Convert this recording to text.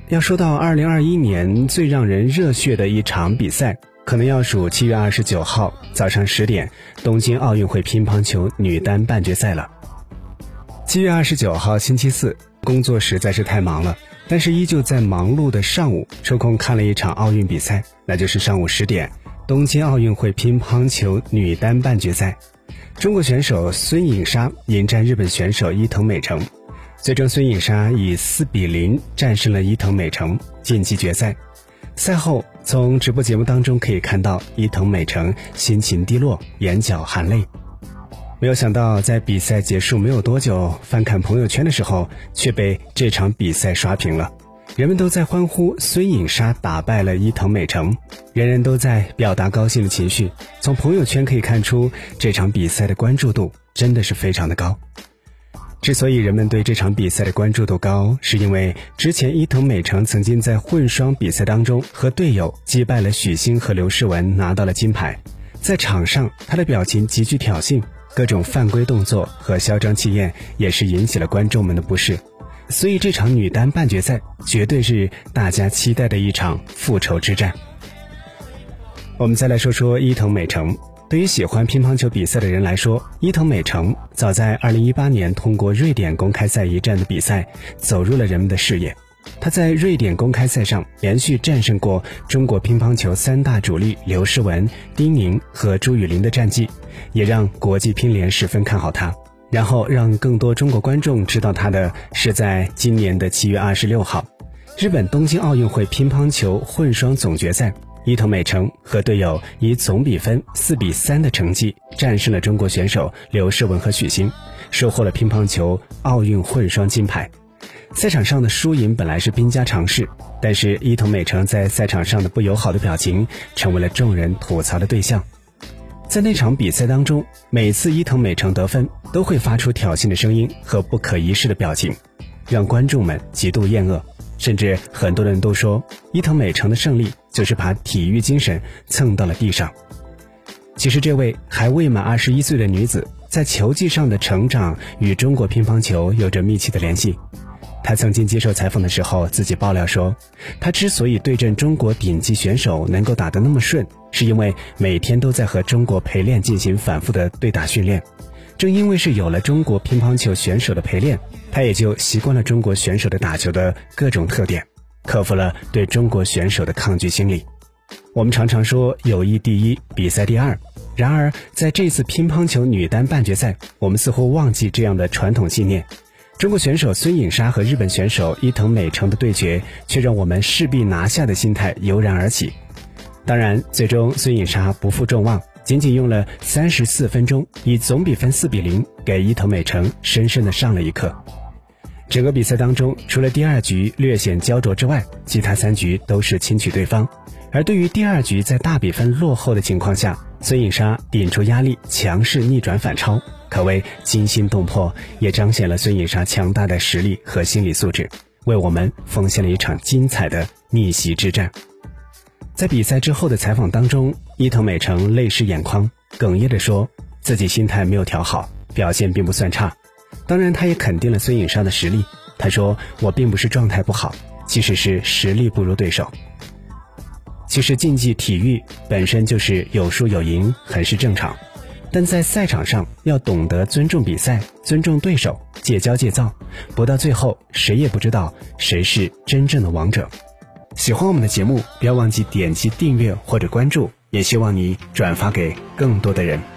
要说到2021年最让人热血的一场比赛，可能要数7月29号早上10点东京奥运会乒乓球女单半决赛了。7月29号星期四，工作实在是太忙了，但是依旧在忙碌的上午抽空看了一场奥运比赛，那就是上午10点东京奥运会乒乓球女单半决赛。中国选手孙颖莎迎战日本选手伊藤美诚，最终孙颖莎以4-0战胜了伊藤美诚，晋级决赛。赛后从直播节目当中可以看到伊藤美诚心情低落，眼角含泪。没有想到在比赛结束没有多久，翻看朋友圈的时候却被这场比赛刷屏了。人们都在欢呼孙颖莎打败了伊藤美诚，人人都在表达高兴的情绪。从朋友圈可以看出这场比赛的关注度真的是非常的高。之所以人们对这场比赛的关注度高，是因为之前伊藤美诚曾经在混双比赛当中和队友击败了许昕和刘诗雯，拿到了金牌。在场上他的表情极具挑衅，各种犯规动作和嚣张气焰也是引起了观众们的不适。所以这场女单半决赛绝对是大家期待的一场复仇之战。我们再来说说伊藤美诚。对于喜欢乒乓球比赛的人来说，伊藤美诚早在2018年通过瑞典公开赛一战的比赛走入了人们的视野。他在瑞典公开赛上连续战胜过中国乒乓球3大主力刘诗雯、丁宁和朱雨玲的战绩，也让国际乒联十分看好他。然后让更多中国观众知道他的是在今年的7月26号，日本东京奥运会乒乓球混双总决赛，伊藤美诚和队友以总比分4-3的成绩战胜了中国选手刘诗雯和许昕，收获了乒乓球奥运混双金牌。赛场上的输赢本来是兵家常事，但是伊藤美诚在赛场上的不友好的表情成为了众人吐槽的对象。在那场比赛当中，每次伊藤美诚得分都会发出挑衅的声音和不可一世的表情，让观众们极度厌恶，甚至很多人都说伊藤美诚的胜利就是把体育精神蹭到了地上。其实这位还未满21岁的女子在球技上的成长与中国乒乓球有着密切的联系。她曾经接受采访的时候自己爆料说，她之所以对阵中国顶级选手能够打得那么顺，是因为每天都在和中国陪练进行反复的对打训练。正因为是有了中国乒乓球选手的陪练，她也就习惯了中国选手的打球的各种特点，克服了对中国选手的抗拒心理。我们常常说友谊第一，比赛第二，然而在这次乒乓球女单半决赛，我们似乎忘记这样的传统信念。中国选手孙颖莎和日本选手伊藤美诚的对决，却让我们势必拿下的心态油然而起。当然最终孙颖莎不负众望，仅仅用了34分钟，以总比分4-0给伊藤美诚深深的上了一课。整个比赛当中，除了第2局略显焦灼之外，其他3局都是轻取对方。而对于第2局在大比分落后的情况下，孙颖莎顶出压力，强势逆转反超，可谓惊心动魄，也彰显了孙颖莎强大的实力和心理素质，为我们奉献了一场精彩的逆袭之战。在比赛之后的采访当中，伊藤美诚泪湿眼眶，哽咽地说自己心态没有调好，表现并不算差。当然他也肯定了孙颖莎的实力，他说我并不是状态不好，其实是实力不如对手。其实竞技体育本身就是有输有赢，很是正常，但在赛场上要懂得尊重比赛，尊重对手，戒骄戒躁，不到最后谁也不知道谁是真正的王者。喜欢我们的节目，不要忘记点击订阅或者关注，也希望你转发给更多的人。